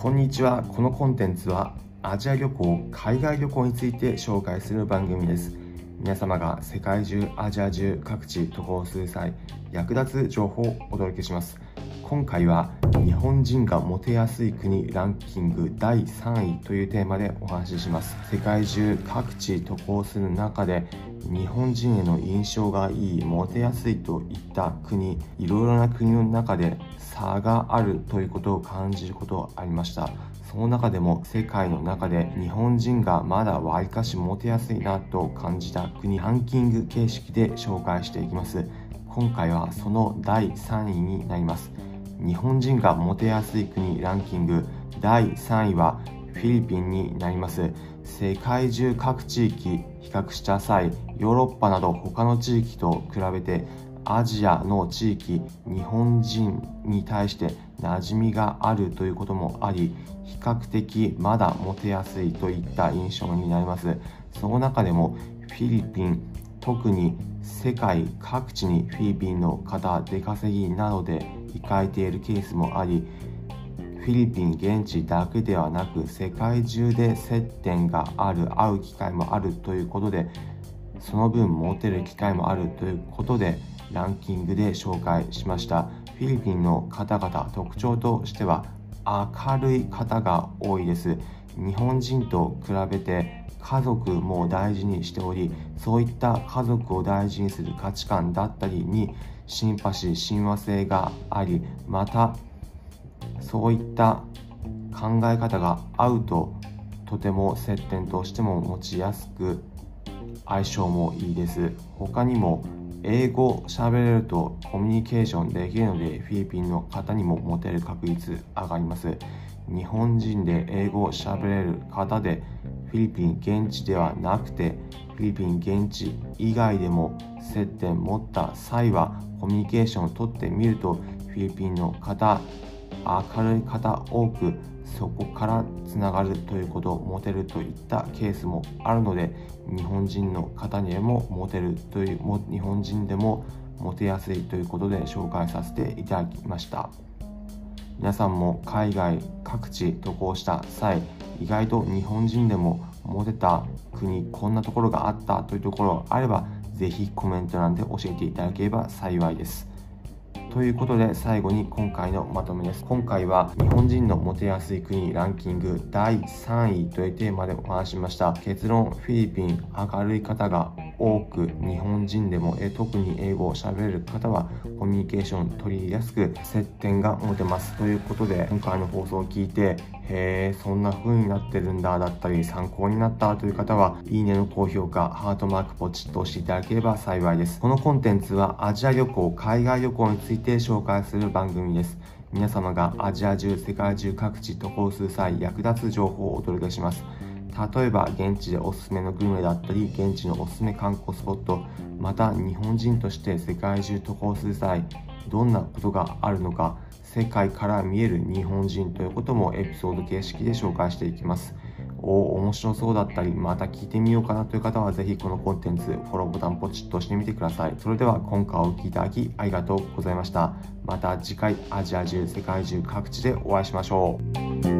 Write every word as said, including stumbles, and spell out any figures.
こんにちは。このコンテンツはアジア旅行、海外旅行について紹介する番組です。皆様が世界中、アジア中、各地渡航する際、役立つ情報をお届けします。今回は日本人がモテやすい国ランキングだいさんいというテーマでお話しします。世界中各地渡航する中で日本人への印象がいい、モテやすいといった国、いろいろな国の中で差があるということを感じることがありました。その中でも世界の中で日本人がまだわりかしモテやすいなと感じた国ランキング形式で紹介していきます。今回はそのだいさんいになります。日本人がモテやすい国ランキングだいさんいはフィリピンになります。世界中各地域比較した際、ヨーロッパなど他の地域と比べてアジアの地域、日本人に対して馴染みがあるということもあり、比較的まだモテやすいといった印象になります。その中でもフィリピン、特に世界各地にフィリピンの方、出稼ぎなどで行かれているケースもあり、フィリピン現地だけではなく世界中で接点がある、会う機会もあるということで、その分モテる機会もあるということでランキングで紹介しました。フィリピンの方々、特徴としては明るい方が多いです。日本人と比べて家族も大事にしており、そういった家族を大事にする価値観だったりにシンパシー、親和性があり、またそういった考え方が合うととても接点としても持ちやすく、相性もいいです。他にも英語喋れるとコミュニケーションできるので、フィリピンの方にもモテる確率上がります。日本人で英語喋れる方でフィリピン現地ではなくてフィリピン現地以外でも接点持った際はコミュニケーションをとってみると、フィリピンの方、明るい方多く、そこからつながるということ、モテるといったケースもあるので、日本人の方にもモテるという、日本人でもモテやすいということで紹介させていただきました。皆さんも海外各地渡航した際、意外と日本人でもモテた国、こんなところがあったというところがあれば、ぜひコメント欄で教えていただければ幸いです。ということで最後に今回のまとめです。今回は日本人のモテやすい国ランキングだいさんいというテーマでお話しました。結論、フィリピン明るい方が多く、日本人でもえ特に英語を喋れる方はコミュニケーション取りやすく、接点が持てますということで、今回の放送を聞いてへーそんな風になってるんだだったり参考になったという方は、いいねの高評価、ハートマークポチッと押していただければ幸いです。このコンテンツはアジア旅行、海外旅行について紹介する番組です。皆様がアジア中、世界中各地渡航する際、役立つ情報をお届けします。例えば現地でおすすめのグルメだったり、現地のおすすめ観光スポット、また日本人として世界中渡航する際どんなことがあるのか、世界から見える日本人ということもエピソード形式で紹介していきます。お面白そうだったり、また聞いてみようかなという方はぜひこのコンテンツフォローボタンポチッと押してみてください。それでは今回お聞きいただきありがとうございました。また次回アジア中、世界中各地でお会いしましょう。